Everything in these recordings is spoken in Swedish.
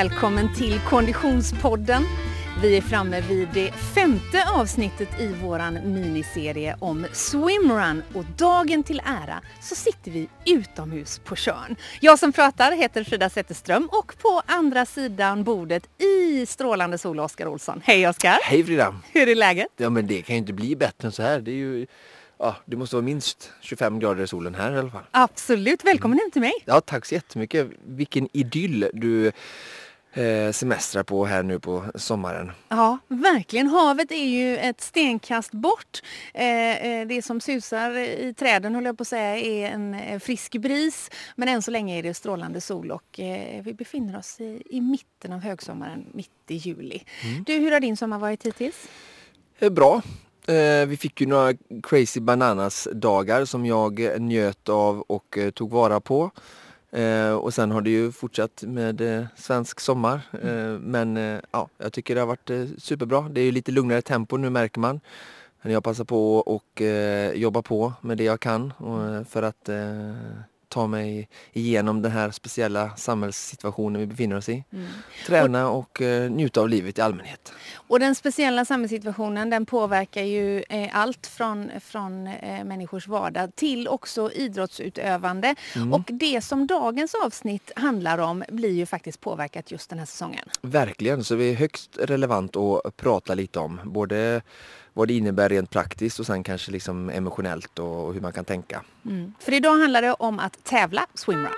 välkommen till Konditionspodden. Vi är framme vid det 5:e avsnittet i våran miniserie om swimrun, och dagen till ära så sitter vi utomhus på Tjörn. Jag som pratar heter Frida Zetterström, och på andra sidan bordet i strålande sol Oskar Olsson. Hej Oskar! Hej Frida! Hur är läget? Ja, men det kan ju inte bli bättre än så här. Det är ju... Ja, det måste vara minst 25 grader i solen här i alla fall. Absolut, välkommen hem till mig. Ja, tack så jättemycket. Vilken idyll du semestrar på här nu på sommaren. Ja, verkligen. Havet är ju ett stenkast bort. Det som susar i träden, håller jag på att säga, är en frisk bris. Men än så länge är det strålande sol, och vi befinner oss i mitten av högsommaren, mitt i juli. Du, hur har din sommar varit hittills? Bra. Vi fick ju några crazy bananas dagar som jag njöt av och tog vara på. Och sen har det ju fortsatt med svensk sommar. Men ja, jag tycker det har varit superbra. Det är ju lite lugnare tempo nu, märker man. Men jag passar på och jobba på med det jag kan för att ta mig igenom den här speciella samhällssituationen vi befinner oss i. Träna och njuta av livet i allmänhet. Och den speciella samhällssituationen, den påverkar ju allt från människors vardag till också idrottsutövande. Och det som dagens avsnitt handlar om blir ju faktiskt påverkat just den här säsongen. Verkligen, så det är högst relevant att prata lite om. Både vad det innebär rent praktiskt och sen kanske liksom emotionellt och hur man kan tänka. För idag handlar det om att tävla swimrun.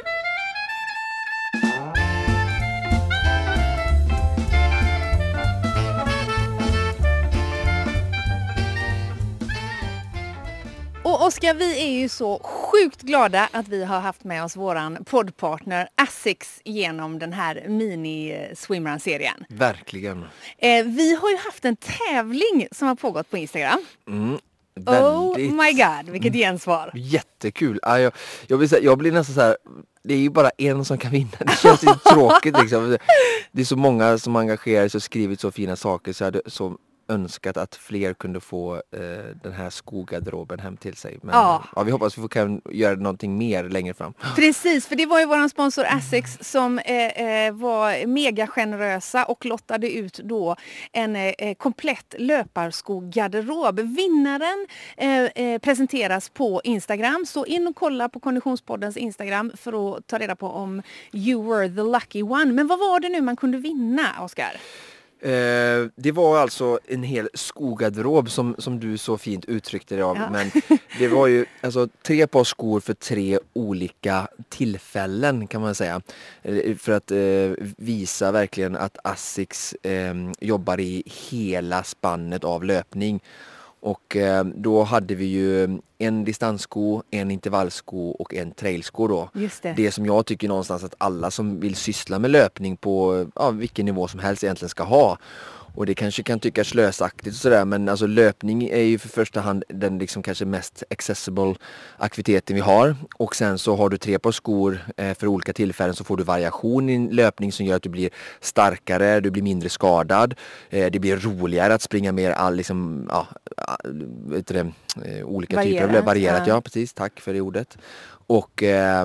Och Oskar, vi är ju så sjukt glada att vi har haft med oss våran poddpartner Asics genom den här mini-swimrun-serien. Verkligen. Vi har ju haft en tävling som har pågått på Instagram. Väldigt... Oh my god, vilket gensvar. Jättekul. Jag vill säga, jag blir nästan så här, det är ju bara en som kan vinna. Det känns ju tråkigt liksom. Det är så många som engagerar sig och skrivit så fina saker, så jag hade så önskat att fler kunde få den här skogarderoben hem till sig. Men ja, vi hoppas att vi kan göra någonting mer längre fram. Precis, för det var ju våran sponsor Asics som var mega generösa och lottade ut då en komplett löparskogarderob. Vinnaren presenteras på Instagram, så in och kolla på Konditionspoddens Instagram för att ta reda på om you were the lucky one. Men vad var det nu man kunde vinna, Oskar? Det var alltså en hel skogarderob som du så fint uttryckte det av. Ja. Men det var ju alltså 3 par skor för 3 olika tillfällen, kan man säga. För att visa verkligen att Asics jobbar i hela spannet av löpning. Och då hade vi ju en distanssko, en intervallsko och en trailsko då. Just det. Det som jag tycker någonstans att alla som vill syssla med löpning på vilken nivå som helst egentligen ska ha. Och det kanske kan tyckas slösaktigt och sådär, men alltså löpning är ju för första hand den liksom kanske mest accessible aktiviteten vi har. Och sen så har du 3 par skor för olika tillfällen, så får du variation i löpning som gör att du blir starkare, du blir mindre skadad. Det blir roligare att springa mer olika typer av löp. Varierat, ja precis, tack för det ordet. Och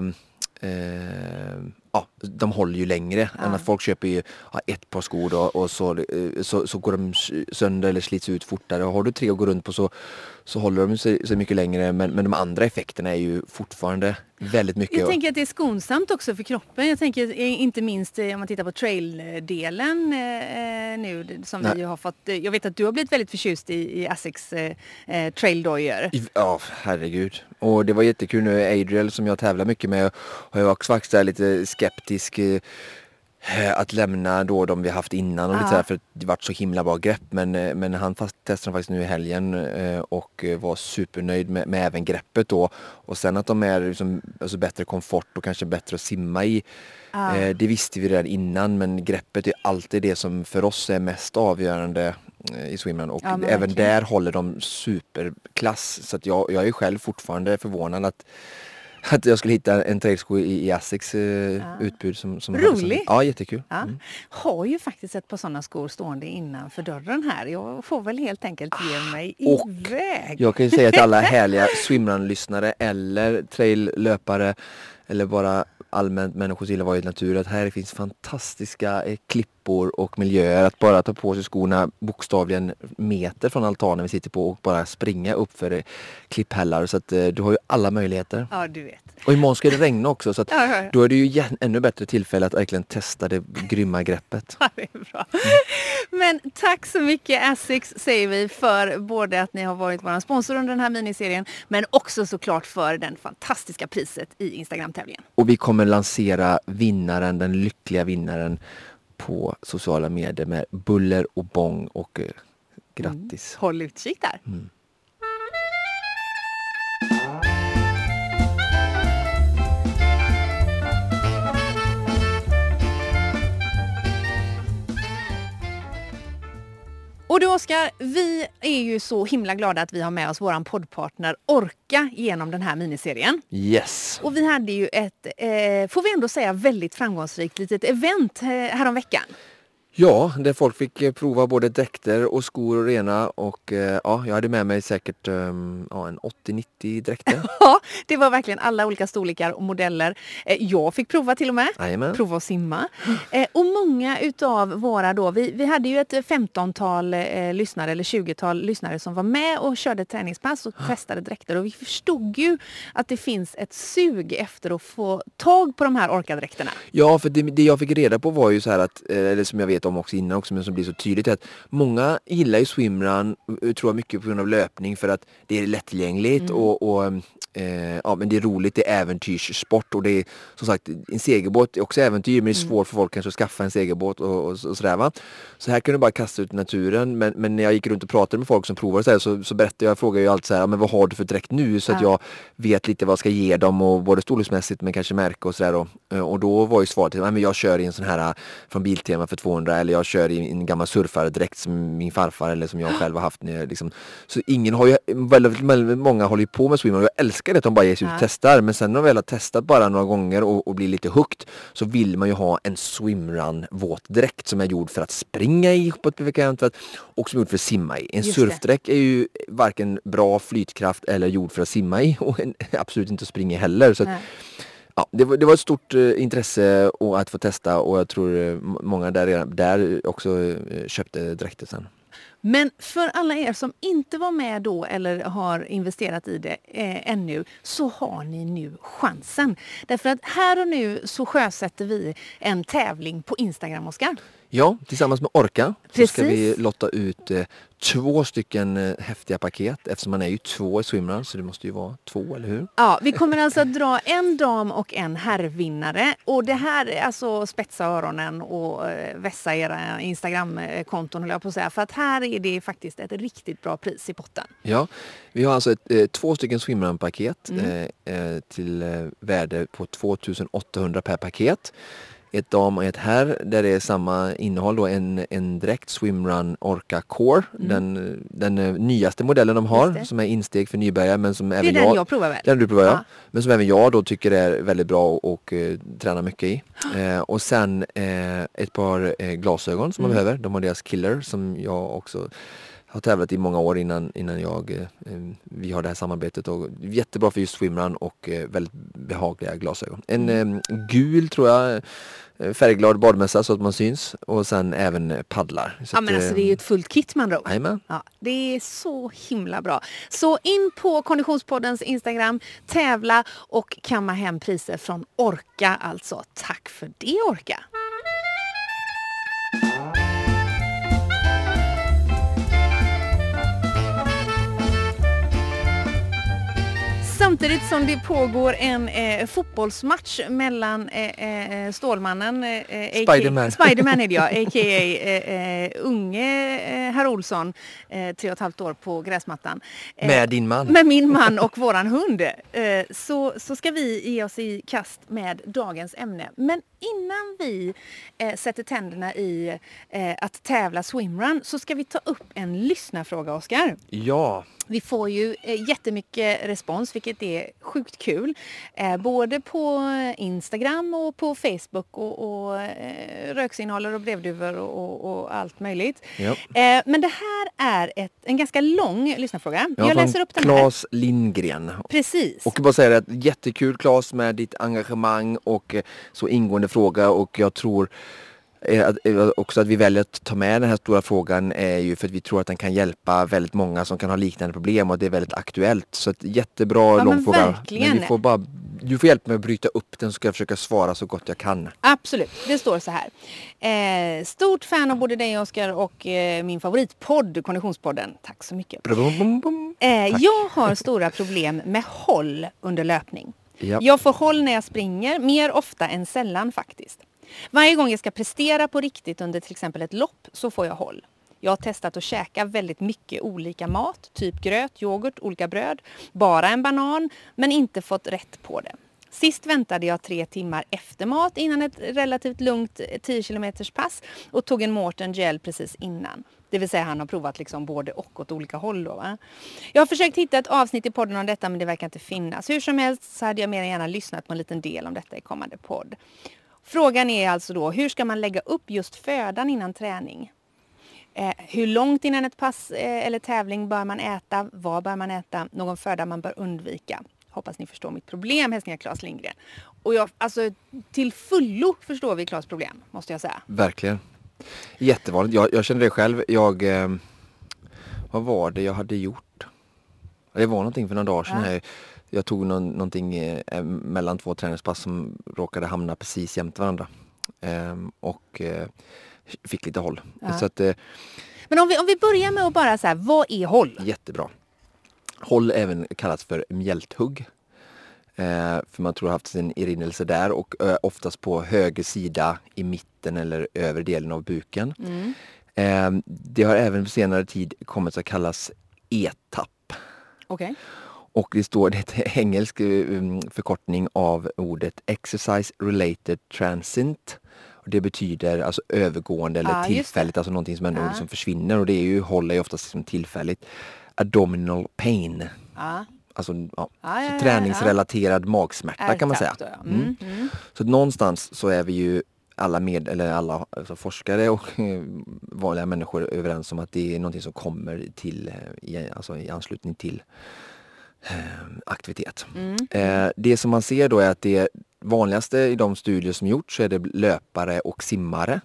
de håller ju längre än att folk köper ju 1 par skor då, och så går de sönder eller slits ut fortare. Och har du 3 att gå runt på så håller de sig mycket längre, men de andra effekterna är ju fortfarande väldigt mycket. Jag tänker att det är skonsamt också för kroppen. Jag tänker inte minst om man tittar på trail-delen nu som vi har fått. Jag vet att du har blivit väldigt förtjust i Asics trail-dojor. Ja, herregud. Och det var jättekul nu. Adriel, som jag tävlar mycket med, har ju också faktiskt lite skeptisk att lämna då de vi haft innan och lite så här, för att det var så himla bra grepp, men han testade faktiskt nu i helgen och var supernöjd med även greppet då, och sen att de är liksom, alltså bättre komfort och kanske bättre att simma i, det visste vi redan innan, men greppet är alltid det som för oss är mest avgörande i swimrun, och även där håller de superklass, så att jag är själv fortfarande förvånad att jag skulle hitta en trailsko i Asics utbud som roligt. Ja, jättekul. Ja. Har ju faktiskt ett par sådana skor stående innanför dörren här. Jag får väl helt enkelt ge mig iväg. Jag kan ju säga till alla härliga swimrun-lyssnare eller trail-löpare eller bara allmänt människor gillar vara i naturen, att här finns fantastiska klippor och miljöer. Att bara ta på sig skorna bokstavligen meter från altanen vi sitter på och bara springa upp för klipphällar. Så att du har ju alla möjligheter. Ja, du vet. Och imorgon ska det regna också, så att då är det ju ännu bättre tillfälle att verkligen testa det grymma greppet. Ja, det är bra. Men tack så mycket Asics säger vi för både att ni har varit vår sponsor under den här miniserien, men också såklart för den fantastiska priset i Instagram-tävlingen. Och vi kommer lansera vinnaren, den lyckliga vinnaren på sociala medier med buller och bång och grattis. Håll utkik där. Och du Oskar, vi är ju så himla glada att vi har med oss våran poddpartner Orca genom den här miniserien. Yes. Och vi hade ju ett, får vi ändå säga, väldigt framgångsrikt litet event häromveckan. Ja, där folk fick prova både dräkter och skor och rena och ja, jag hade med mig säkert en 80-90 dräkter. Ja, det var verkligen alla olika storlekar och modeller. Jag fick prova till och med. Amen. Prova att simma. Och många utav våra då, vi hade ju ett 15-tal lyssnare eller 20-tal lyssnare som var med och körde träningspass och testade dräkter. Och vi förstod ju att det finns ett sug efter att få tag på de här Orca-dräkterna. Ja, för det jag fick reda på var ju så här att, eller som jag vet om också innan också, men som blir så tydligt, att många gillar ju swimrun, tror jag, mycket på grund av löpning för att det är lättillgängligt och ja, men det är roligt, det är äventyrssport och det är som sagt, en segelbåt är också äventyr, men det är svårt för folk kanske att skaffa en segelbåt och sådär, va. Så här kan du bara kasta ut i naturen, men när jag gick runt och pratade med folk som provar så berättade jag, frågade ju alltid så här, men vad har du för dräkt nu, så att jag vet lite vad jag ska ge dem, och både storleksmässigt men kanske märke och sådär, och då var ju svaret, men jag kör i en sån här från Biltema för 200, eller jag kör i en gammal surfardräkt som min farfar eller som jag själv har haft liksom. Så ingen har ju, väldigt många håller ju på med swimrun, och jag älskar det att de bara ger sig ut och testar, men sen när de väl har testat bara några gånger och blir lite hooked, så vill man ju ha en swimrun våtdräkt som är gjord för att springa i på ett bekvämt sätt och som är gjord för att simma i. En surfdräkt är ju varken bra flytkraft eller gjord för att simma i, och absolut inte att springa heller, så att, ja, det var ett stort intresse att få testa, och jag tror många där också köpte dräkter sen. Men för alla er som inte var med då eller har investerat i det ännu, så har ni nu chansen. Därför att här och nu så sjösätter vi en tävling på Instagram, Oskar. Ja, tillsammans med Orca så ska Precis. vi lotta ut 2 stycken häftiga paket, eftersom man är ju 2 i swimrun, så det måste ju vara 2, eller hur? Ja, vi kommer alltså att dra en dam och en herrvinnare. Och det här är alltså spetsa öronen och vässa era Instagram-konton, höll jag på att säga. För att här är det faktiskt ett riktigt bra pris i potten. Ja, vi har alltså 2 stycken swimrun-paket till värde på 2800 per paket. Ett dam och ett herr, där det är samma innehåll då, en dräkt Swimrun Orca Core, den nyaste modellen de har, som är insteg för nybörjare, men som även jag provar väl. Den du provar, ja. Men som även jag då tycker är väldigt bra och tränar mycket i. Och sen ett par glasögon som man behöver, de har deras Killer som jag också har tävlat i många år innan vi har det här samarbetet, och jättebra för just swimrun och väldigt behagliga glasögon. En gul, tror jag, färgglad badmössa så att man syns, och sen även paddlar. Så ja, men alltså det är ju ett fullt kit man då. Amen. Ja, det är så himla bra. Så in på Konditionspoddens Instagram, tävla och kamma hem priser från Orca alltså. Tack för det, Orca! Samtidigt som det pågår en fotbollsmatch mellan Stålmannen, Spiderman är det, ja, a.k.a. unge herr Olsson, 3,5 år på gräsmattan. Med din man. Med min man och våran hund. Så ska vi ge oss i kast med dagens ämne. Men innan vi sätter tänderna i att tävla swimrun så ska vi ta upp en lyssnarfråga, Oskar. Ja. Vi får ju jättemycket respons, vilket är sjukt kul. Både på Instagram och på Facebook och röksignaler och brevduvor och allt möjligt. Ja. Men det här är en ganska lång lyssnarfråga. Jag läser upp den Claes Lindgren. Precis. Och bara säga att jättekul Claes med ditt engagemang och så ingående fråga, och jag tror också att vi väljer att ta med den här stora frågan är ju för att vi tror att den kan hjälpa väldigt många som kan ha liknande problem, och det är väldigt aktuellt. Så ett jättebra lång fråga. Verkligen. Men du får hjälpa mig att bryta upp den, så ska jag försöka svara så gott jag kan. Absolut, det står så här. Stort fan av både dig, Oskar, och min favoritpodd, Konditionspodden. Tack så mycket. Jag har stora problem med håll under löpning. Ja. Jag får håll när jag springer, mer ofta än sällan faktiskt. Varje gång jag ska prestera på riktigt under till exempel ett lopp så får jag håll. Jag har testat att käka väldigt mycket olika mat, typ gröt, yoghurt, olika bröd, bara en banan, men inte fått rätt på det. Sist väntade jag 3 timmar efter mat innan ett relativt lugnt 10 kilometers pass och tog en Morten gel precis innan. Det vill säga han har provat liksom både och åt olika håll då, va? Jag har försökt hitta ett avsnitt i podden om detta, men det verkar inte finnas. Hur som helst så hade jag mer än gärna lyssnat på en liten del om detta i kommande podd. Frågan är alltså då, hur ska man lägga upp just födan innan träning? Hur långt innan ett pass eller tävling bör man äta? Vad bör man äta? Någon föda man bör undvika? Hoppas ni förstår mitt problem, hälsningar Claes Lindgren. Och till fullo förstår vi Claes problem, måste jag säga. Verkligen. Jättevanligt. Jag känner det själv. Vad var det jag hade gjort? Det var någonting för några dagar sedan här. Jag tog någonting mellan 2 träningspass som råkade hamna precis jämte varandra. Och fick lite håll. Ja. Så att, men om vi börjar med att bara så här, vad är håll? Jättebra. Håll även kallas för mjälthugg. För man tror haft sin erinrelse där, och oftast på höger sida i mitten eller övre delen av buken. Det har även på senare tid kommit att kallas ETAP. Okej. Och det är en engelsk förkortning av ordet Exercise Related Transient. Och det betyder alltså övergående eller tillfälligt, alltså någonting som ändå som försvinner. Och det är ju, håll är oftast som tillfälligt. Abdominal pain. Alltså så träningsrelaterad magsmärta kan man säga. Då, Så någonstans så är vi ju alla alltså forskare och vanliga människor överens om att det är någonting som kommer till i anslutning till aktivitet. Det som man ser då är att det vanligaste i de studier som gjorts så är det löpare och simmare.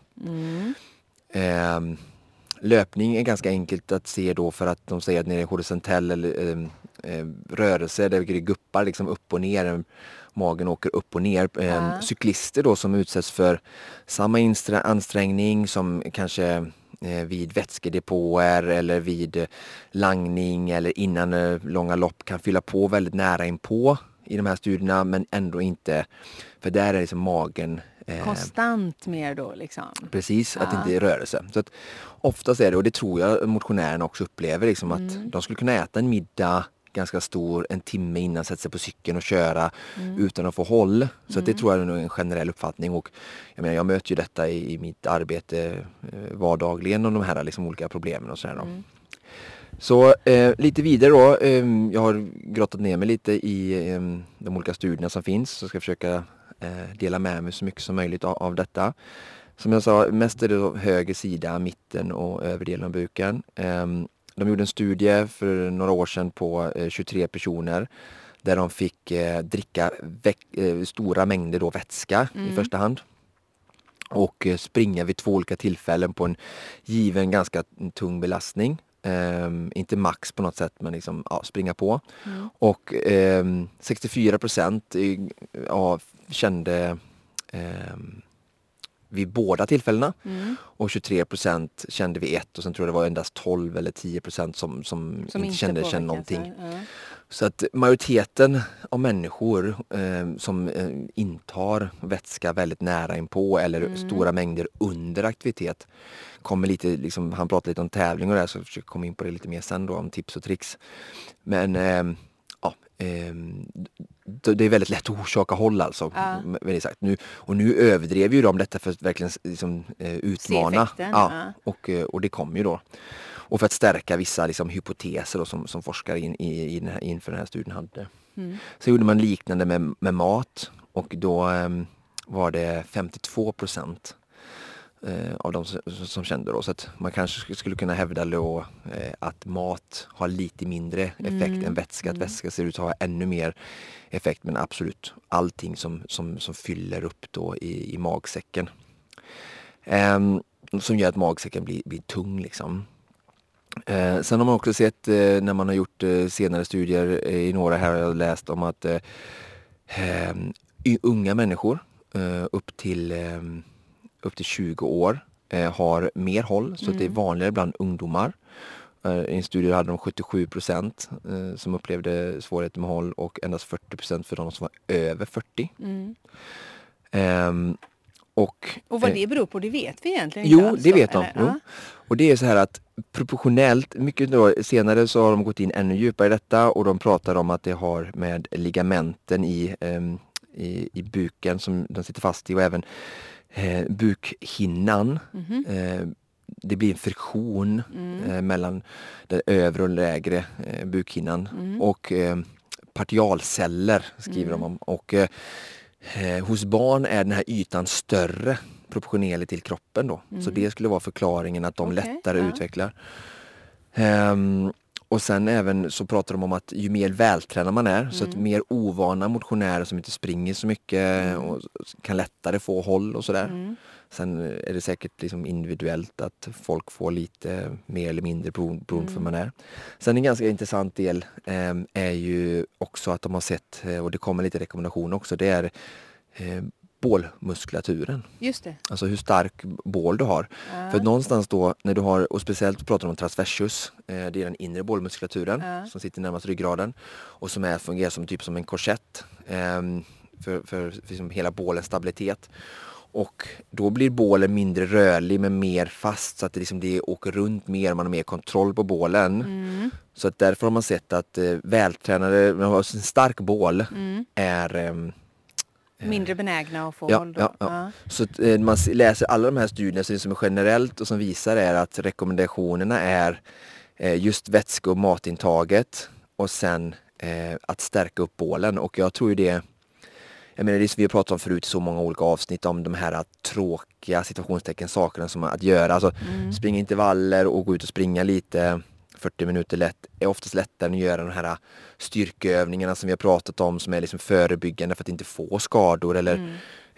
Löpning är ganska enkelt att se då, för att de säger att när det är horisontell eller rörelse där det guppar liksom upp och ner, magen åker upp och ner. Cyklister då som utsätts för samma ansträngning som kanske vid vätskedepåer eller vid langning eller innan långa lopp kan fylla på väldigt nära inpå i de här studierna, men ändå inte, för där är liksom magen konstant mer då liksom. Precis, att det inte är rörelse. Så att oftast är det, och det tror jag motionärerna också upplever, liksom att de skulle kunna äta en middag ganska stor en timme innan, sätta sig på cykeln och köra utan att få håll. Så att det tror jag är en generell uppfattning, och jag möter ju detta i mitt arbete vardagligen om de här liksom olika problemen och sådär då. Så lite vidare då, jag har grottat ner mig lite i de olika studierna som finns, så ska jag försöka dela med mig så mycket som möjligt av detta. Som jag sa, mest är det då höger sida, mitten och överdelen av buken. De gjorde en studie för några år sedan på 23 personer där de fick dricka stora mängder då vätska i första hand. Och springa vid 2 olika tillfällen på en given ganska tung belastning. Inte max på något sätt, men liksom, springa på. Och 64% kände vid båda tillfällena. Och 23% kände vid ett, och sen tror jag det var endast 12 eller 10% som inte kände någonting. Så att majoriteten av människor som intar vätska väldigt nära inpå eller stora mängder under aktivitet kommer lite, liksom, han pratade lite om tävling och det, så jag försöker komma in på det lite mer sen då, om tips och tricks. Men det är väldigt lätt att orsaka håll alltså. Väldigt sagt. Nu överdrev ju de detta för att verkligen liksom, utmana. Och det kommer ju då. Och för att stärka vissa liksom, hypoteser då, som forskare inför den här studien hade. Så gjorde man liknande med mat. Och då var det 52% av de som kände då. Så att man kanske skulle kunna hävda då, att mat har lite mindre effekt än vätska. Att vätska ser ut att ha ännu mer effekt, men absolut allting som fyller upp då i magsäcken. Som gör att magsäcken blir tung liksom. Sen har man också sett när man har gjort senare studier i några här har jag läst om att unga människor upp till 20 år har mer håll, så att det är vanligare bland ungdomar. I en studie hade de 77% som upplevde svårigheter med håll och endast 40% för de som var över 40. Och vad det beror på, det vet vi egentligen inte. Jo, det vet de. Jo. Och det är så här att proportionellt, mycket då, senare så har de gått in ännu djupare i detta och de pratar om att det har med ligamenten i buken som de sitter fast i och även bukhinnan. Det blir en friktion mellan den övre och lägre bukhinnan och partialceller skriver de om. Och hos barn är den här ytan större proportionellt till kroppen då. Så det skulle vara förklaringen att de lättare utvecklar. Och sen även så pratar de om att ju mer vältränad man är, så att mer ovana motionärer som inte springer så mycket och kan lättare få håll och sådär. Sen är det säkert liksom individuellt att folk får lite mer eller mindre beroende på hur man är. Sen en ganska intressant del är ju också att de har sett, och det kommer lite rekommendationer också, det är bålmuskulaturen. Just det. Alltså hur stark bål du har. För att någonstans då, när du har, och speciellt pratar de om transversus, det är den inre bålmuskulaturen som sitter närmast ryggraden och som fungerar som typ som en korsett för liksom hela bålens stabilitet. Och då blir bålen mindre rörlig men mer fast så att det åker runt mer, man har mer kontroll på bålen. Så att därför har man sett att vältränade, man har en stark bål är mindre benägna att få håll då. Så att, man läser alla de här studierna, så det som är generellt och som visar är att rekommendationerna är just vätske- och matintaget och sen att stärka upp bålen. Och jag tror ju det, jag menar det som vi har pratat om förut i så många olika avsnitt om de här tråkiga situationstecken sakerna som att göra. Alltså springa intervaller och gå ut och springa lite 40 minuter lätt är oftast lättare än att göra de här styrkeövningarna som vi har pratat om som är liksom förebyggande för att inte få skador eller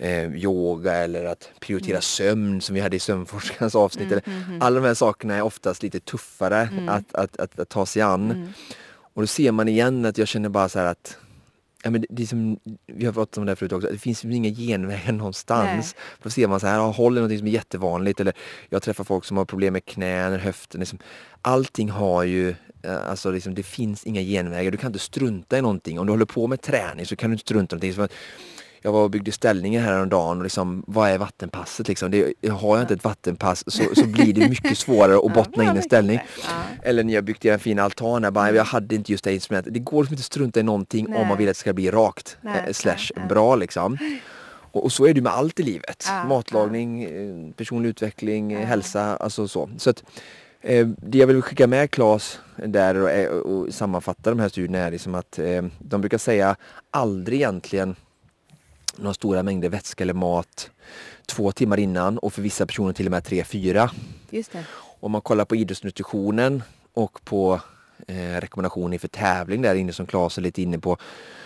yoga eller att prioritera sömn som vi hade i sömnforskarens avsnitt. Alla de här sakerna är oftast lite tuffare att ta sig an. Och då ser man igen att jag känner bara så här att men det är som, vi har pratat om det förut också, det finns inga genvägar någonstans. Då ser man så här, håll är något som är jättevanligt, eller jag träffar folk som har problem med knän, höften, liksom. Allting har ju, alltså liksom, det finns inga genvägar, du kan inte strunta i någonting. Om du håller på med träning så kan du inte strunta i någonting. Som att jag var och byggde ställningar här en dag och liksom, vad är vattenpasset liksom? Har jag inte ett vattenpass så blir det mycket svårare att bottna in en ställning. Eller när jag byggde en fin altan här, jag hade inte just det instrumentet. Det går liksom inte att strunta i någonting om man vill att det ska bli rakt / bra liksom. Och så är det med allt i livet. Matlagning, personlig utveckling, hälsa, alltså så. Så att det jag vill skicka med Claes där och sammanfatta de här studierna är liksom att de brukar säga aldrig egentligen några stora mängder vätska eller mat 2 timmar innan och för vissa personer till och med 3-4. Just det. Om man kollar på idrottsnutritionen och på rekommendationer för tävling där inne som Claes är lite inne på,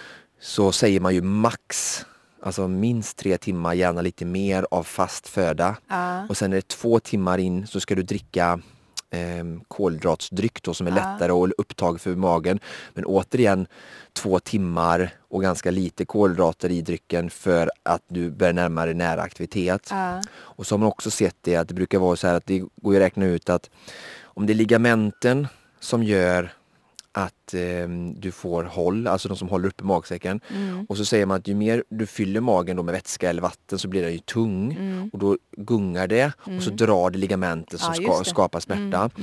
så säger man ju max, alltså minst 3 timmar, gärna lite mer av fast föda. Och sen är det 2 timmar in så ska du dricka kolhydratsdryck då, som är lättare och upptag för magen. Men återigen 2 timmar och ganska lite kolhydrater i drycken för att du börjar närma dig nära aktivitet. Och så har man också sett det att det brukar vara så här att det går att räkna ut att om det är ligamenten som gör att du får håll, alltså de som håller uppe magsäcken. Och så säger man att ju mer du fyller magen då med vätska eller vatten så blir den ju tung och då gungar det och så drar det ligamenten som skapar smärta.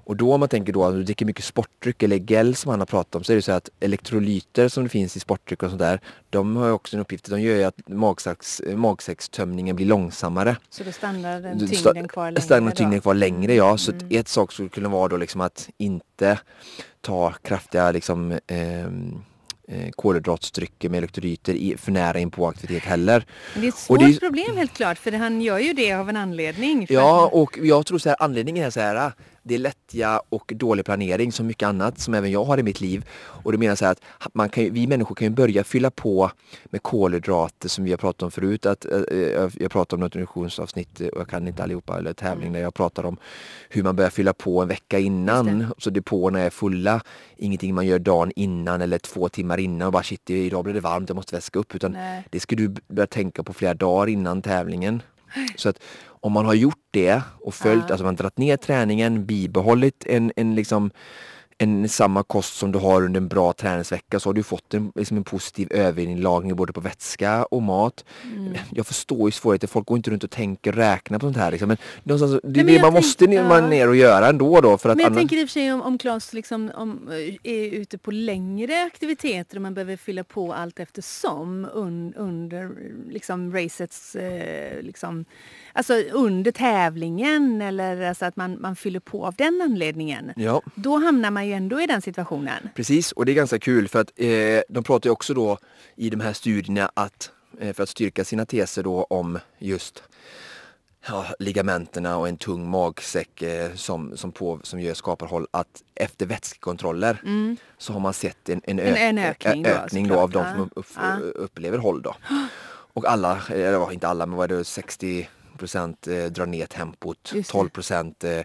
Och då om man tänker då att du dricker mycket sportdryck eller gel som han har pratat om, så är det så att elektrolyter som det finns i sportdryck och sånt där, de har ju också en uppgift. De gör ju att magsäckstömningen blir långsammare. Så då stannar den tyngden kvar längre? Stannar tyngden kvar längre, ja. Så ett sak skulle kunna vara då liksom att inte ta kraftiga liksom kolhydratsdrycker med elektrolyter för nära in på aktivitet heller. Men det är ett svårt problem helt klart, för han gör ju det av en anledning. Ja, och jag tror så här, anledningen är så här, det är lättja och dålig planering som mycket annat som även jag har i mitt liv. Och det menar så här att vi människor kan ju börja fylla på med kolhydrater som vi har pratat om förut. Jag pratar om nutritionsavsnitt och jag kan inte allihopa, eller tävling där jag pratar om hur man börjar fylla på en vecka innan. Så depåerna är fulla. Ingenting man gör dagen innan eller 2 timmar innan och bara shit, idag blir det varmt, jag måste väska upp. Utan det ska du börja tänka på flera dagar innan tävlingen. Så att om man har gjort det och följt, alltså man dragit ner träningen, bibehållit en samma kost som du har under en bra träningsvecka, så har du fått en positiv överlagring både på vätska och mat. Jag förstår ju svårigheter, folk går inte runt och tänker räkna på sånt här liksom. Men man måste ner och göra ändå då. För att men jag tänker i och för sig om Claes liksom, är ute på längre aktiviteter och man behöver fylla på allt eftersom under liksom racets liksom, alltså under tävlingen, eller alltså att man fyller på av den anledningen. Ja. Då hamnar man ju ändå i den situationen. Precis, och det är ganska kul för att de pratar ju också då i de här studierna att för att styrka sina teser då om just ligamenterna och en tung magsäck som gör skaparhåll, att efter vätskekontroller så har man sett en ökning då av de som upplever håll då. Och alla, inte alla, men vad är det, 60% drar ner tempot, 12%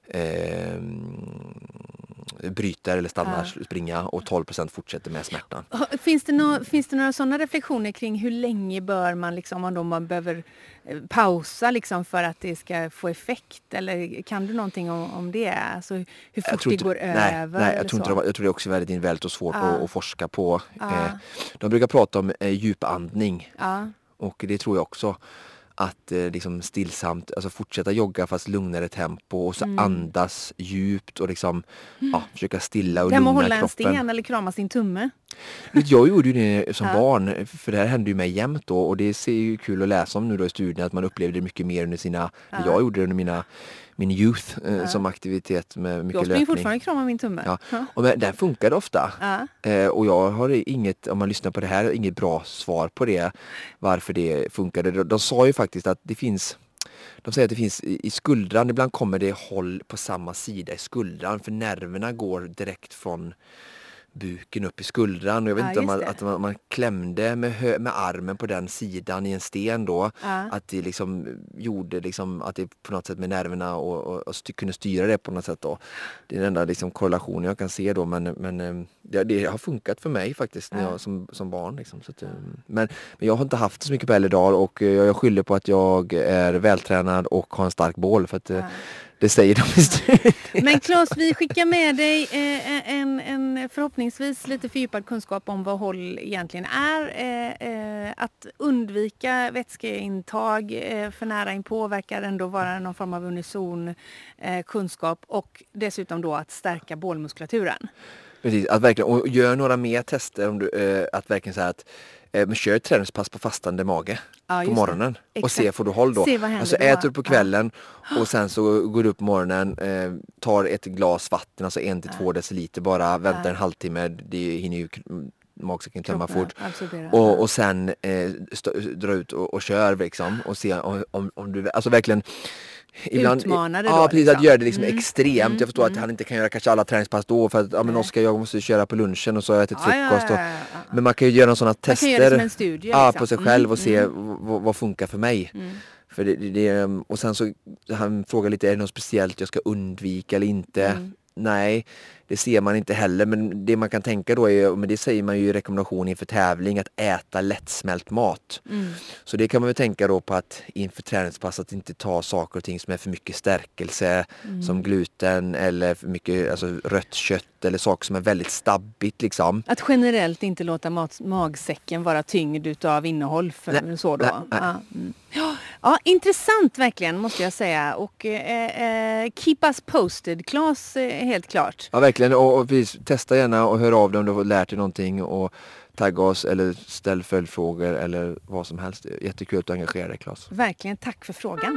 bryter eller stannar springa och 12% fortsätter med smärtan. Finns det några sådana reflektioner kring hur länge bör man liksom, om man behöver pausa liksom för att det ska få effekt, eller kan du någonting om det? Alltså hur fort det går över? Nej, jag tror det är också väldigt svårt att forska på. De brukar prata om djupandning. Och det tror jag också, att liksom stillsamt, alltså fortsätta jogga fast lugnare tempo och så andas djupt och liksom försöka stilla och lugna kroppen. Hålla en sten eller krama sin tumme. Jag gjorde ju det som barn, för det här hände ju mig jämt då, och det ser ju kul att läsa om nu då i studien, att man upplevde det mycket mer under jag gjorde det under min youth som aktivitet med mycket löpning. Jag fortfarande krama min tumme. Och den funkade ofta. Och jag har inget, om man lyssnar på det här, inget bra svar på det, varför det funkade. De sa ju faktiskt att de säger att det finns i skuldran, ibland kommer det håll på samma sida i skuldran, för nerverna går direkt från buken upp i skuldran, och jag vet inte om att man klämde med armen på den sidan i en sten då, att det liksom gjorde liksom att det på något sätt med nerverna och kunde styra det på något sätt då. Det är den enda liksom korrelationen jag kan se då, men det har funkat för mig faktiskt när jag som barn liksom, så att, men jag har inte haft så mycket på äldre dagar, och jag skyller på att jag är vältränad och har en stark bål, för att det säger de i studien. Men Claes, vi skickar med dig en förhoppningsvis lite fördjupad kunskap om vad håll egentligen är. Att undvika vätskeintag för nära in påverkar ändå vara någon form av unison kunskap, och dessutom då att stärka bålmuskulaturen. Precis, att verkligen, och gör några mer tester om du, att verkligen säga att kör ett träningspass på fastande mage på morgonen och se, får du håll då. Alltså äter du på kvällen och sen så går du upp på morgonen, tar ett glas vatten, alltså 1-2 deciliter bara, väntar en halvtimme, det hinner ju magsäcken tömma fort. Och sen dra ut och kör liksom, och se om du, alltså verkligen ibland, utmanade då. Ja, precis, liksom. Att göra det liksom extremt. Jag förstår att han inte kan göra kanske alla träningspass då, för att men Oskar, jag måste köra på lunchen och så har jag ätit frukost. Men man kan ju göra sådana tester. Man kan göra det som en studie, liksom. På sig själv och se vad funkar för mig. För det, och sen så han frågar lite, är det något speciellt jag ska undvika eller inte? Nej, det ser man inte heller, men det man kan tänka då är, men det säger man ju i rekommendation inför tävling, att äta lättsmält mat. Så det kan man väl tänka då på, att inför träningspass att inte ta saker och ting som är för mycket stärkelse, som gluten eller för mycket rött kött eller saker som är väldigt stabbigt liksom. Att generellt inte låta magsäcken vara tyngd utav innehåll för så då. Ja, intressant verkligen måste jag säga. Och keep us posted, Claes, helt klart. Ja, verkligen. Och testa gärna och hör av dig om du har lärt dig någonting och tagga oss eller ställ följdfrågor eller vad som helst. Jättekul att du engagerar dig, Claes. Verkligen, tack för frågan.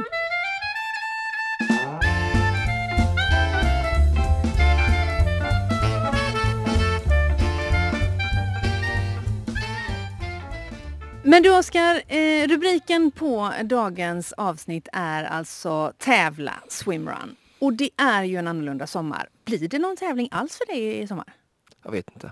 Men du Oskar, rubriken på dagens avsnitt är alltså tävla, swimrun. Och det är ju en annorlunda sommar. Blir det någon tävling alls för dig i sommar? Jag vet inte.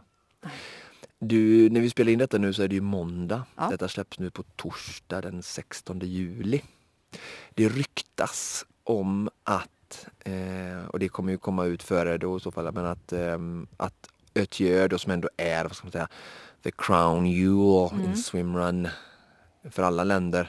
Du, när vi spelar in detta nu så är det ju måndag. Ja. Detta släpps nu på torsdag den 16 juli. Det ryktas om att, och det kommer ju komma ut före då i så fall, men att Ötjö då som ändå är, vad ska man säga, the crown jewel in swimrun för alla länder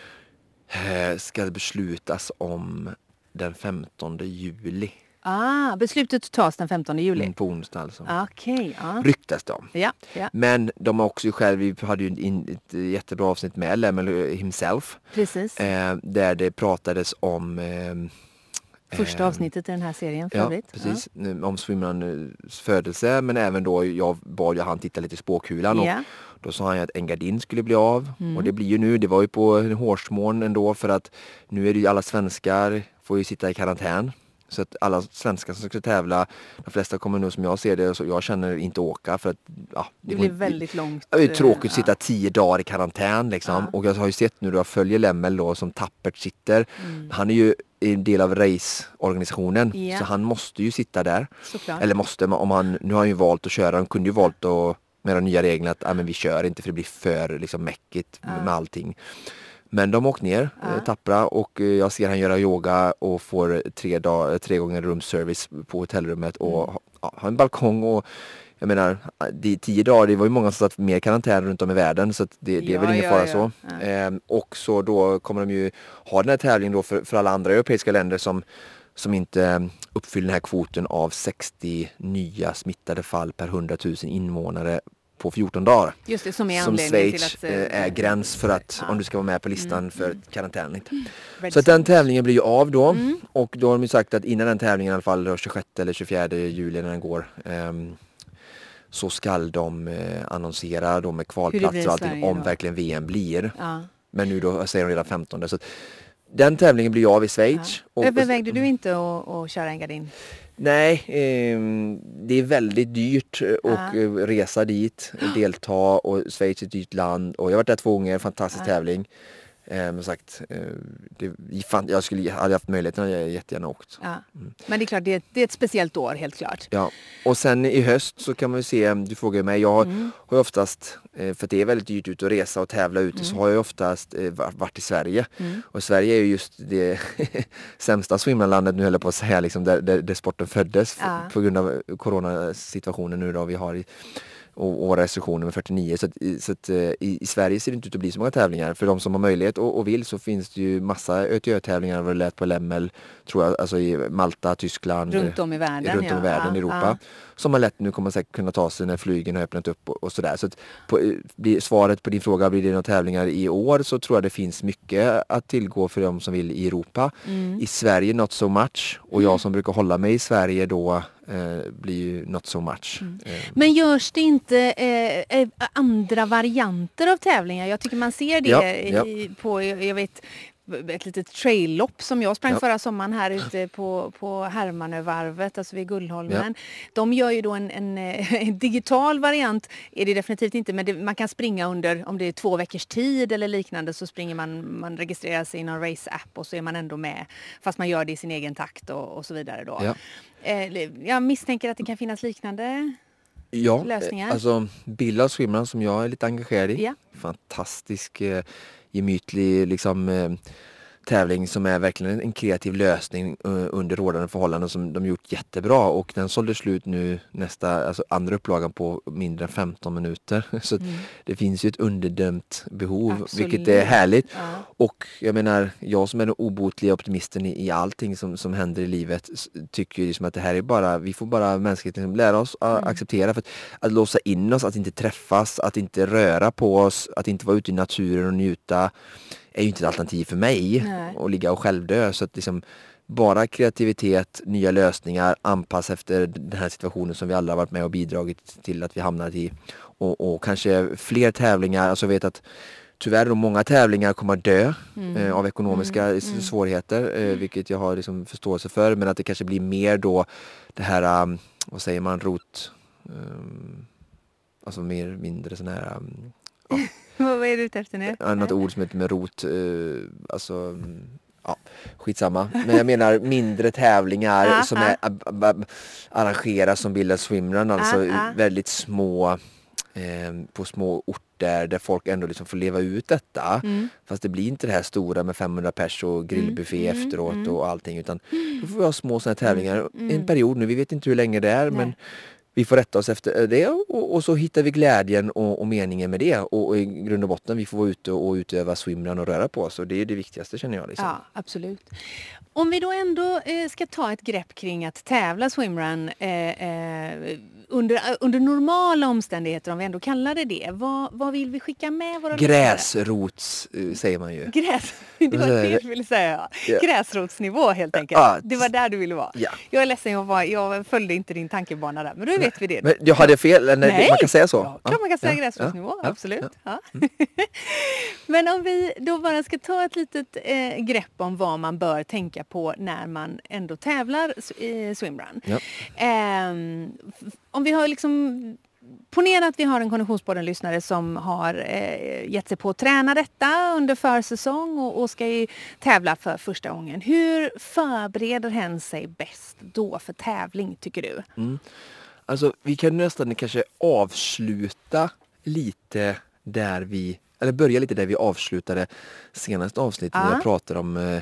ska beslutas om den 15 juli. Beslutet tas den 15 juli. På onsdag alltså. Okej, ja. Ryktas de. Ja. Men de har också själv, vi hade ju ett jättebra avsnitt med Lemmel himself. Precis. Där det pratades om Första avsnittet i den här serien för övrigt. Precis. Om swimrun's födelse, men även då jag bad han titta lite i spåkulan och då sa han att Engadin skulle bli av och det blir ju nu, det var ju på en hårsmån ändå för att nu är det ju alla svenskar får ju sitta i karantän. Så att alla svenskar som ska tävla, de flesta kommer nu som jag ser det, så jag känner inte åka för att det blir väldigt långt. Det är tråkigt att sitta 10 dagar i karantän liksom. Och jag har ju sett nu då jag följer Lemmel då som tappert sitter. Han är ju en del av raceorganisationen så han måste ju sitta där. Såklart. Eller måste, om han, nu har han ju valt att köra, han kunde ju valt att med de nya reglerna att men vi kör inte för det blir för liksom mäckigt med allting. Men de åker ner, tappra, och jag ser han göra yoga och får 3 gånger roomservice på hotellrummet och har en balkong och jag menar, 10 dagar, det var ju många som satt mer karantän runt om i världen så att det är väl ingen fara så. Och så då kommer de ju ha den här tävlingen då för alla andra europeiska länder som inte uppfyller den här kvoten av 60 nya smittade fall per 100 000 invånare på 14 dagar. Just det, som Schweiz till att är gräns för att om du ska vara med på listan för karantän. Så att den tävlingen blir ju av då och då har de ju sagt att innan den tävlingen i alla fall 26 eller 24 juli när den går så ska de annonsera då med kvalplatser och allting om verkligen VM blir. Men nu då säger de redan 15. Så att den tävlingen blir ju av i Schweiz. Övervägde du inte att köra Engadin? Nej, det är väldigt dyrt att resa dit, delta, och Schweiz är ett dyrt land och jag har varit där 2 gånger, fantastisk tävling. Men sagt, jag skulle hade haft möjligheten, jag jättegärna åkt. Men det är klart, det är ett speciellt år, helt klart. Ja, och sen i höst så kan man ju se, du frågar mig, jag har oftast, för det är väldigt dyrt ut att resa och tävla ute, så har jag oftast varit i Sverige. Och Sverige är ju just det sämsta swimlandet nu, höll jag på att säga, liksom, där sporten föddes på grund av coronasituationen nu då vi har och restriktioner med 49. Så att i Sverige ser det inte ut att bli så många tävlingar. För de som har möjlighet och vill så finns det ju massa ÖTÖ-tävlingar vad det lät på Lemmel, tror jag, alltså i Malta, Tyskland, runt om i världen, i Europa. Som man lätt nu kommer säkert kunna ta sig när flygen har öppnat upp och sådär. Så att svaret på din fråga, blir det några tävlingar i år, så tror jag det finns mycket att tillgå för de som vill i Europa. I Sverige not so much. Och jag som brukar hålla mig i Sverige då blir ju not so much. Men görs det inte andra varianter av tävlingar? Jag tycker man ser det på, jag vet, ett litet traillopp som jag sprang förra sommaren här ute på Hermanövarvet, alltså vid Gullholmen. De gör ju då en digital variant, är det definitivt inte, men man kan springa under, om det är 2 veckors tid eller liknande, så springer man registrerar sig i någon race-app och så är man ändå med, fast man gör det i sin egen takt och så vidare då. Jag misstänker att det kan finnas liknande lösningar. Alltså Billa Swimrun som jag är lite engagerad i. Fantastisk gemytlig liksom tävling som är verkligen en kreativ lösning under rådande förhållanden som de gjort jättebra, och den sålde slut nu andra upplagan på mindre än 15 minuter. Så det finns ju ett underdömt behov. Absolut. Vilket är härligt. Och jag menar, jag som är den obotliga optimisten i allting som händer i livet tycker ju liksom att det här är bara, vi får bara mänskligheten lära oss att acceptera, för att låsa in oss, att inte träffas, att inte röra på oss, att inte vara ute i naturen och njuta är ju inte ett alternativ för mig att ligga och självdö. Så att liksom bara kreativitet, nya lösningar, anpassa efter den här situationen som vi alla har varit med och bidragit till att vi hamnat i. Och kanske fler tävlingar. Alltså jag vet att tyvärr då många tävlingar kommer att dö av ekonomiska svårigheter, vilket jag har liksom förståelse för. Men att det kanske blir mer då det här, vad säger man, alltså mindre sån här... Vad är du ute efter nu? Något ord som heter med rot, alltså... Ja, skitsamma. Men jag menar mindre tävlingar som är arrangeras som bildar swimrun, alltså väldigt små på små orter där folk ändå liksom får leva ut detta. Fast det blir inte det här stora med 500 pers och grillbuffé efteråt och allting, utan då får vi ha små sådana här tävlingar en period nu. Vi vet inte hur länge det är, men vi får rätta oss efter det och så hittar vi glädjen och meningen med det. Och i grund och botten vi får vara ute och utöva swimrun och röra på oss. Och det är det viktigaste, känner jag. Liksom. Ja, absolut. Om vi då ändå ska ta ett grepp kring att tävla swimrun under normala omständigheter, om vi ändå kallar det. Vad vill vi skicka med våra gräsrots säger man ju. Det var det jag ville säga. Gräsrotsnivå helt enkelt. Det var där du ville vara. Ja. Jag är ledsen, jag följde inte din tankebana där. Men då vet vi det. Men jag hade fel, nej. Man kan säga så. Ja, klart man kan säga gräsrotsnivå, absolut. Ja. Men om vi då bara ska ta ett litet grepp om vad man bör tänka på när man ändå tävlar i swimrun. Ja. Om vi har liksom... Ponera att vi har en Konditionspodden-lyssnare som har gett sig på att träna detta under försäsong och ska tävla för första gången. Hur förbereder hen sig bäst då för tävling, tycker du? Alltså, vi kan nästan kanske avsluta lite där vi... Eller börja lite där vi avslutade senaste avsnittet när jag pratade om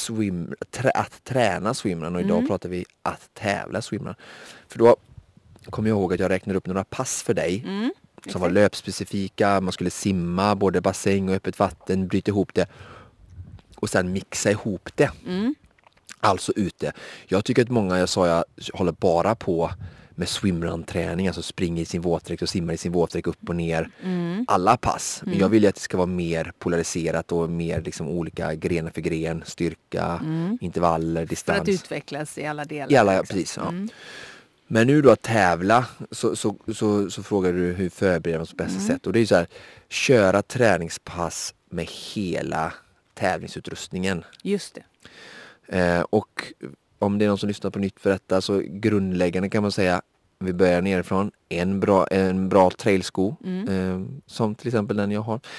att träna swimrun. Och idag pratar vi att tävla swimrun. För då kommer jag ihåg att jag räknade upp några pass för dig som var löpspecifika. Man skulle simma, både bassäng och öppet vatten, bryta ihop det och sen mixa ihop det. Alltså ute. Jag tycker att många, jag håller bara på med swimrun-träning, alltså springer i sin våtdräkt och simmar i sin våtdräkt upp och ner. Alla pass. Men jag vill ju att det ska vara mer polariserat och mer liksom olika grenar för gren, styrka, intervaller, distans. För att utvecklas i alla delar. Precis, ja. Men nu då att tävla så frågar du hur förbereder man på bästa sätt. Och det är ju så här, köra träningspass med hela tävlingsutrustningen. Just det. Och om det är någon som lyssnar på nytt för detta, så grundläggande kan man säga, vi börjar nerifrån, en bra trailsko, som till exempel den jag har,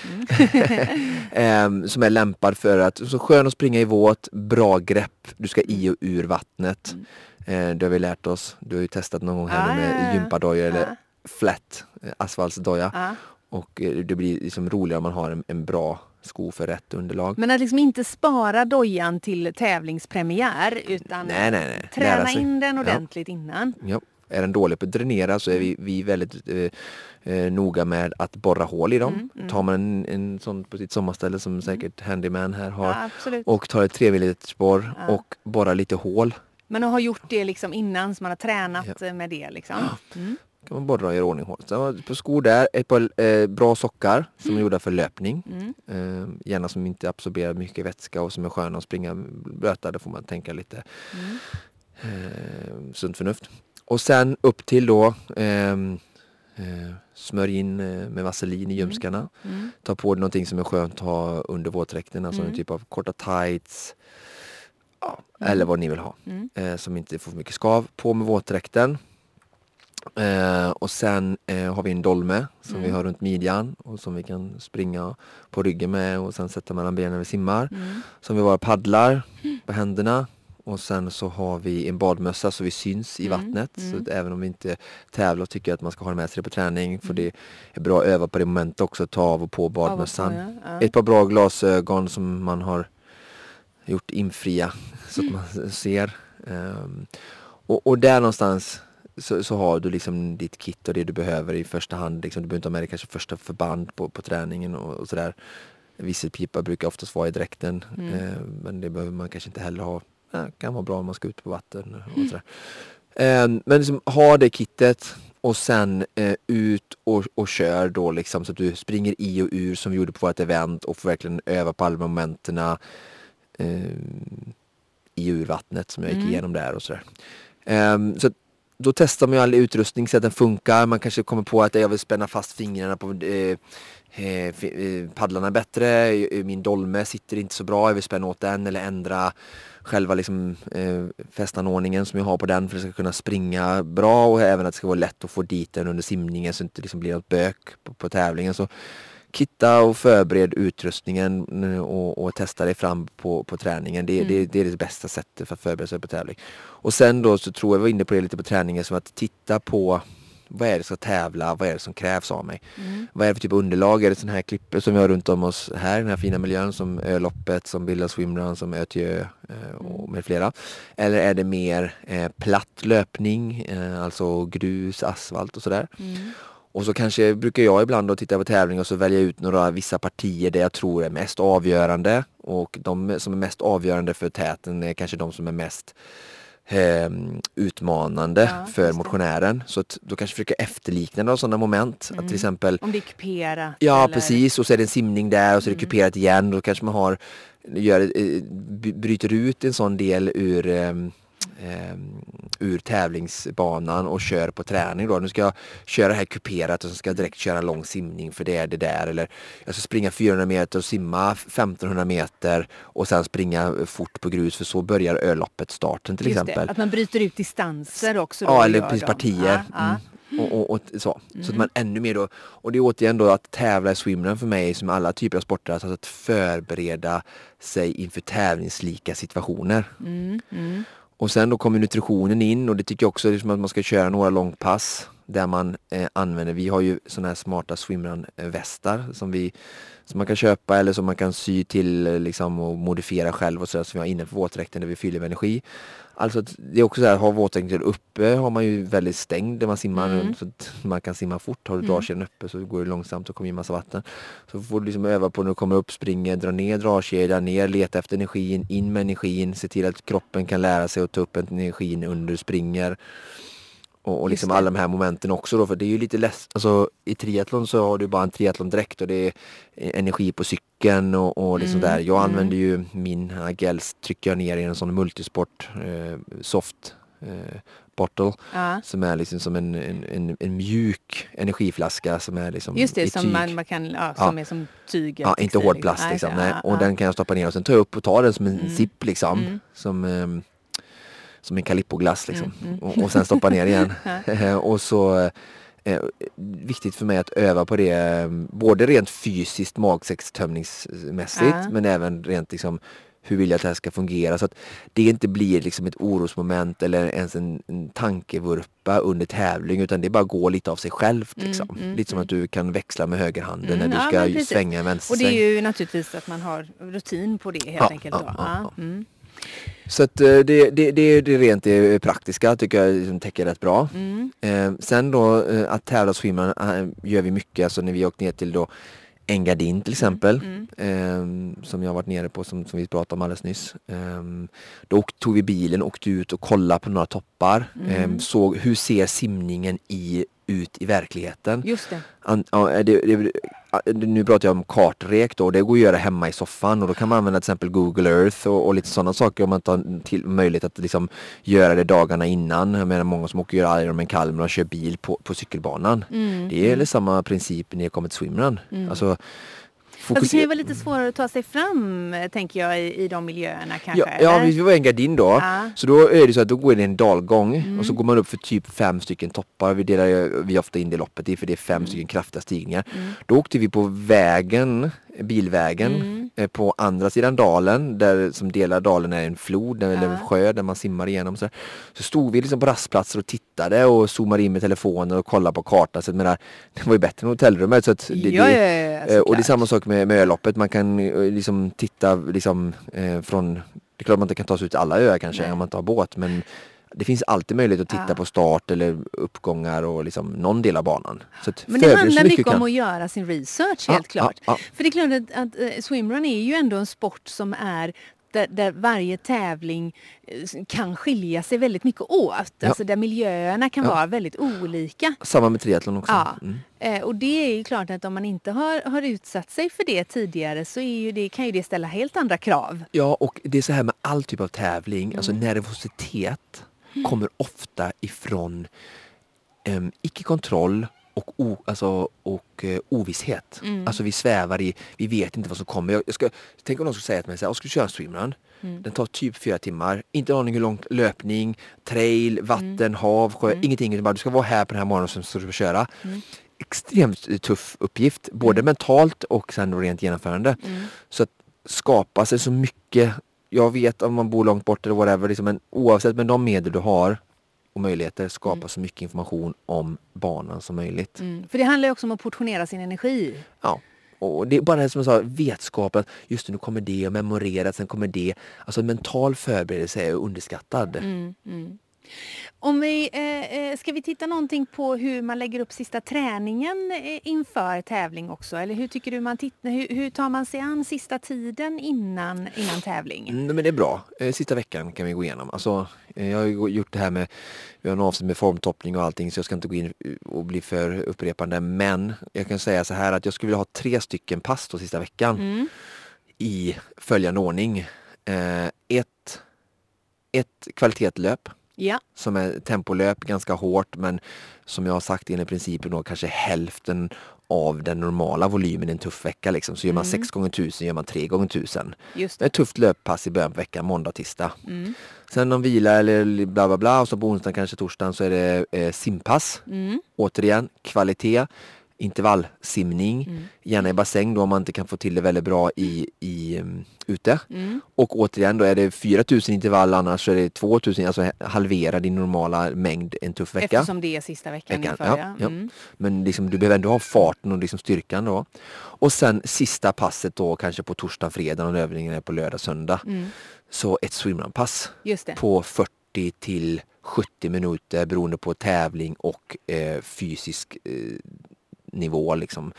som är lämpad för att, så skön att springa i våt, bra grepp, du ska i och ur vattnet. Det har vi lärt oss, du har ju testat någon gång här med gympadojor eller flat asfaltsdoja. Och det blir liksom roligare om man har en bra sko för rätt underlag. Men att liksom inte spara dojan till tävlingspremiär, utan träna in den ordentligt innan. Ja. Är den dålig på att dränera så är vi väldigt noga med att borra hål i dem. Tar man en sån på sitt sommarställe som säkert Handyman här har, och tar ett 3 mm borr och borrar lite hål. Men har gjort det liksom innan, så man har tränat med det liksom. Kan man borra och göra ordning hål. Så på skor där, ett par bra sockar som är gjorda för löpning. Gärna som inte absorberar mycket vätska och som är sköna att springa blöta. Där får man tänka lite sunt förnuft. Och sen upp till då smörj in med vaselin i ljumskarna. Ta på dig någonting som är skönt att ha under våtdräkten. Alltså en typ av korta tights. Eller vad ni vill ha. Som inte får mycket skav. På med våtdräkten. Och sen har vi en dolme som vi har runt midjan och som vi kan springa på ryggen med och sen sätta mellan benen när vi simmar. Som vi bara paddlar på händerna. Och sen så har vi en badmössa så vi syns i vattnet. Så att även om vi inte tävlar och tycker att man ska ha det med sig på träning. För det är bra att öva på det momentet också. Ta av och på badmössan. Ett par bra glasögon som man har gjort infria så att man ser. Och där någonstans så har du liksom ditt kit och det du behöver i första hand. Liksom, du behöver inte ha med dig kanske första förband på träningen och sådär. Visselpipa brukar oftast vara i dräkten. Men det behöver man kanske inte heller ha. Det kan vara bra om man ska ut på vatten och sådär. Men liksom, ha det kittet och sen ut och kör då liksom, så att du springer i och ur som vi gjorde på vårt event och får verkligen öva på alla momenterna i och ur vattnet som jag gick igenom där och sådär. Så att då testar man ju all utrustning så att den funkar. Man kanske kommer på att jag vill spänna fast fingrarna på paddlarna bättre. Min dolme sitter inte så bra. Jag vill spänna åt den eller ändra själva liksom, fästanordningen som jag har på den för att det ska kunna springa bra och även att det ska vara lätt att få dit den under simningen så att det inte liksom blir något bök på tävlingen. Så kitta och förbered utrustningen och testa dig fram på träningen. Det är det bästa sättet för att förbereda sig på tävling. Och sen då så tror jag var inne på det lite på träningen som att titta på vad är det som ska tävla, vad är det som krävs av mig. Vad är det för typ av underlag? Är det sådana här klippor som vi har runt om oss här i den här fina miljön som Öloppet, som Billa Swimrun, som Ö och med flera? Eller är det mer platt löpning, alltså grus, asfalt och sådär? Och så kanske brukar jag ibland då titta på tävling och så välja ut vissa partier där jag tror är mest avgörande. Och de som är mest avgörande för täten är kanske de som är mest utmanande för motionären. Så att då kanske försöka efterlikna sådana moment. Att till exempel, om det är kuperat. Ja, eller... precis. Och så är det en simning där och så är det kuperat igen. Då kanske man bryter ut en sån del ur tävlingsbanan och kör på träning då. Nu ska jag köra här kuperat och så ska jag direkt köra lång simning för det är det där. Eller jag ska springa 400 meter och simma 1500 meter och sen springa fort på grus för så börjar Öloppet starten till exempel. Att man bryter ut distanser också. Då, ja, eller precis partier. Och så. Så att man ännu mer då, och det är återigen då att tävla i swimrun för mig som alla typer av sporter, alltså att förbereda sig inför tävlingslika situationer. Och sen då kommer nutritionen in och det tycker jag också liksom att man ska köra några långpass där man använder, vi har ju sådana här smarta swimrun-västar som man kan köpa eller som man kan sy till liksom, och modifiera själv och sådär som vi har inne på våtdräkten där vi fyller med energi. Alltså att det är också så här, har våtdräkten uppe har man ju väldigt stängd där man simmar så att man kan simma fort. Har du dragkedjan uppe så går det långsamt och kommer in massa vatten. Så får du liksom öva på när du kommer upp, springa, dra ner dragkedjan, ner, leta efter energin, in med energin, se till att kroppen kan lära sig att ta upp energin under springer. Och liksom alla de här momenten också då, för det är ju lite alltså i triathlon så har du bara en triathlondräkt och det är energi på cykeln och liksom där. Jag använder ju min gels, trycker jag ner i en sån multisport soft bottle som är liksom som en mjuk energiflaska som är liksom just det, som tyg. man kan, som är som tyg. Ja, inte hård plast liksom. Nej. Och den kan jag stoppa ner och sen ta upp och ta den som en zip liksom. Som en Calippo-glass liksom. Och sen stoppa ner igen. Och så viktigt för mig att öva på det både rent fysiskt magsäckstömningsmässigt men även rent liksom hur vill jag att det här ska fungera så att det inte blir liksom ett orosmoment eller ens en tankevurpa under tävling utan det bara går lite av sig själv liksom. Lite som att du kan växla med högerhanden när du ska svänga en vänstersväng. Och det är ju naturligtvis att man har rutin på det helt enkelt då. Så att det rent det praktiska tycker jag liksom täcker rätt bra. Sen då att tävla swimrun gör vi mycket. Alltså när vi åkt ner till då Engadin till exempel. Som jag har varit nere på som vi pratade om alldeles nyss. Då tog vi bilen och åkte ut och kollade på några toppar. Såg hur ser simningen ut i verkligheten. Just det. Nu pratar jag om kartrek då. Det går att göra hemma i soffan och då kan man använda till exempel Google Earth och lite sådana saker om man tar till möjlighet att liksom göra det dagarna innan. Jag menar många som åker och gör Ironman Kalmar och kör bil på cykelbanan. Det är samma princip när det kommer till swimrun. Alltså det kan ju vara lite svårare att ta sig fram, tänker jag, i de miljöerna kanske. Ja, vi var i Engadin då. Så då är det så att då går det en dalgång och så går man upp för typ 5 stycken toppar. Vi ofta in det loppet i för det är 5 stycken kraftiga stigningar. Då åkte vi på bilvägen på andra sidan dalen där som delar dalen är en flod eller en sjö där man simmar igenom. Så stod vi liksom på rastplatser och tittade och zoomade in med telefonen och kollade på kartan. Så det var ju bättre än hotellrummet. Så att och det är samma sak med Öloppet. Man kan liksom titta liksom, från... Det är klart man inte kan ta sig ut alla öar kanske om man inte har båt. Men det finns alltid möjlighet att titta på start eller uppgångar och liksom någon del av banan. Så men det handlar mycket om att göra sin research helt klart. För det är klart att swimrun är ju ändå en sport som är där varje tävling kan skilja sig väldigt mycket åt. Ja. Alltså där miljöerna kan vara väldigt olika. Samma med triathlon också. Ja. Och det är ju klart att om man inte har utsatt sig för det tidigare så kan ju det ställa helt andra krav. Ja, och det är så här med all typ av tävling. Alltså nervositet kommer ofta ifrån icke-kontroll och ovisshet. Alltså vi svävar i, vi vet inte vad som kommer. Tänk om någon skulle säga till mig så här, jag skulle köra en swimrun. Den tar typ 4 timmar. Inte en aning hur långt löpning, trail, vatten, hav, sjö, ingenting. Du ska vara här på den här morgonen som du ska köra. Extremt tuff uppgift, både mentalt och sen rent genomförande. Så att skapa sig så mycket, jag vet om man bor långt bort eller whatever, liksom, men oavsett med de medel du har och möjligheter, skapa så mycket information om banan som möjligt. För det handlar ju också om att portionera sin energi. Ja, och det är bara som jag sa, vetskapen att just nu kommer det och memorerat, sen kommer det. Alltså mental förberedelse är underskattad. Om ska vi titta någonting på hur man lägger upp sista träningen inför tävling också? Eller hur tycker du hur tar man sig an sista tiden innan tävling? Men det är bra. Sista veckan kan vi gå igenom. Alltså, jag har ju gjort det här med, vi har en avsnitt med formtoppning och allting, så jag ska inte gå in och bli för upprepande. Men jag kan säga så här att jag skulle vilja ha 3 stycken pass då sista veckan i följande ordning. Ett kvalitetslöp. Ja. Som är tempolöp, ganska hårt, men som jag har sagt enligt principen då kanske hälften av den normala volymen i en tuff vecka. Liksom. Så gör man 6 gånger 1000 gör man 3 gånger 1000. Just det. Ett tufft löppass i början på veckan, måndag, tisdag. Sen någon vila eller bla bla bla, och så på onsdagen kanske torsdagen så är det simpass. Återigen, kvalitet. Intervallsimning, gärna i bassäng då om man inte kan få till det väldigt bra ute. Och återigen då är det 4000 intervall, annars så är det 2000, alltså halvera din normala mängd en tuff vecka. Eftersom det är sista veckan inför, ja. Men liksom, du behöver ändå ha farten och liksom styrkan då. Och sen sista passet då kanske på torsdag, fredag och övningen är på lördag, söndag. Så ett swimrun-pass på 40 till 70 minuter beroende på tävling och fysisk nivå liksom.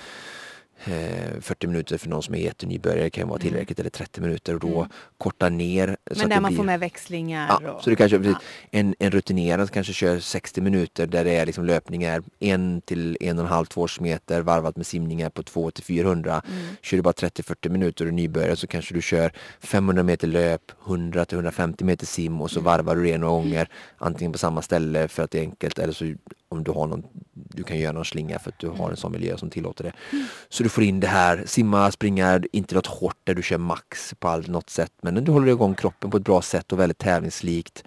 40 minuter för någon som är jättenybörjare kan vara tillräckligt, eller 30 minuter, och då korta ner. Men så där att man får med växlingar. Ja, så det kanske en rutinerad kanske kör 60 minuter där det är liksom löpningar 1 till 1,5-2 meter varvat med simningar på 2 till 400. Kör du bara 30-40 minuter och nybörjare så kanske du kör 500 meter löp, 100 till 150 meter sim, och så varvar du det några gånger antingen på samma ställe för att det är enkelt, eller så om du har du kan göra någon slinga för att du har en sån miljö som tillåter det. Så du får in det här, simma, springa, inte något hårt där du kör max på något sätt, men du håller igång kroppen på ett bra sätt och väldigt tävlingslikt.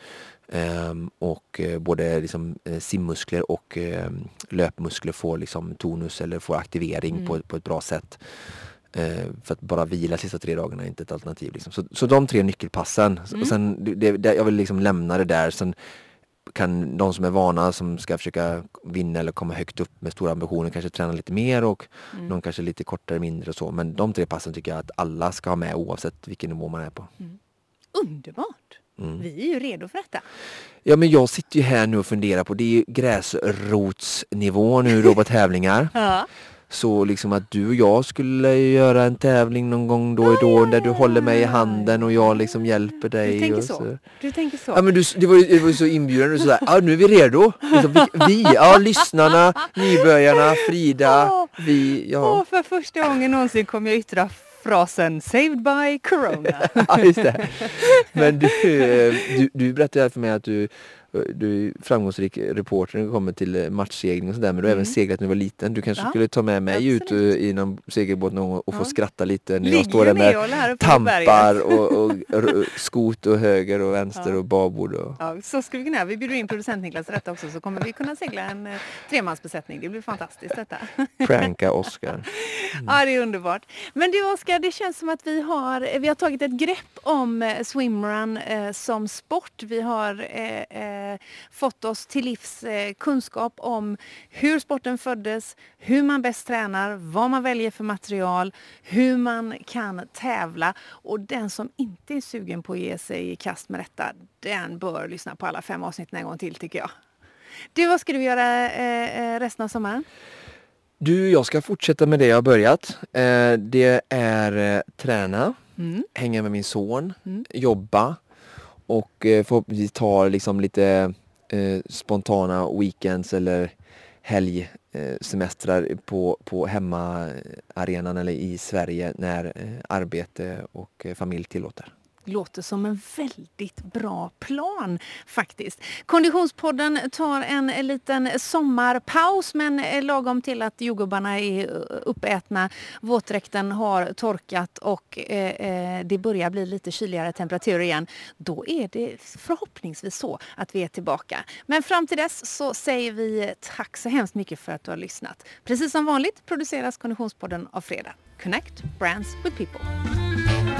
Och både liksom, simmuskler och löpmuskler får liksom tonus eller får aktivering på ett bra sätt. För att bara vila sista 3 dagarna är inte ett alternativ. Liksom. Så de 3 nyckelpassen. Och sen, jag vill liksom lämna det där. Sen kan de som är vana, som ska försöka vinna eller komma högt upp med stora ambitioner, kanske träna lite mer, och någon kanske lite kortare, mindre och så. Men de 3 passen tycker jag att alla ska ha med oavsett vilken nivå man är på. Underbart! Vi är ju redo för detta. Ja, men jag sitter ju här nu och funderar på, det är ju gräsrotsnivå nu då på tävlingar. Ja. Så liksom att du och jag skulle göra en tävling någon gång då och då där du håller mig i handen och jag liksom hjälper dig. Du tänker så. Ja, men det var ju så inbjudande. Så där, nu är vi redo. Liksom, lyssnarna, nybörjarna, Frida, vi. Ja. För första gången någonsin kommer jag yttra frasen Saved by Corona. Ja, just det. Men du berättade för mig att du är framgångsrik reporter när det kommer till matchsegling och sådär, men du har även seglat när du var liten. Du kanske skulle ta med mig ut i någon segelbåt någon gång och få skratta lite när jag står där med tampar och skot och höger och vänster och babord. Ja, så ska vi kunna. Vi bjuder in producent Niklas rätt också, så kommer vi kunna segla en 3-mansbesättning. Det blir fantastiskt detta. Pranka Oscar. Ja, det är underbart. Men du Oscar, det känns som att vi har tagit ett grepp om swimrun som sport. Vi har fått oss till livs kunskap om hur sporten föddes, hur man bäst tränar, vad man väljer för material, hur man kan tävla, och den som inte är sugen på att ge sig i kast med detta, den bör lyssna på alla 5 avsnitt en gång till, tycker jag. Du, vad ska du göra resten av sommaren? Jag ska fortsätta med det jag har börjat. Det är träna. hänga med min son, jobba och förhoppningsvis ta liksom lite spontana weekends eller helgsemestrar på hemmaarenan eller i Sverige när arbete och familj tillåter. Låter som en väldigt bra plan faktiskt. Konditionspodden tar en liten sommarpaus, men lagom till att jordgubbarna är uppätna, våtdräkten har torkat och det börjar bli lite kyligare temperaturer igen. Då är det förhoppningsvis så att vi är tillbaka. Men fram till dess så säger vi tack så hemskt mycket för att du har lyssnat. Precis som vanligt produceras Konditionspodden av Fredag. Connect Brands with People.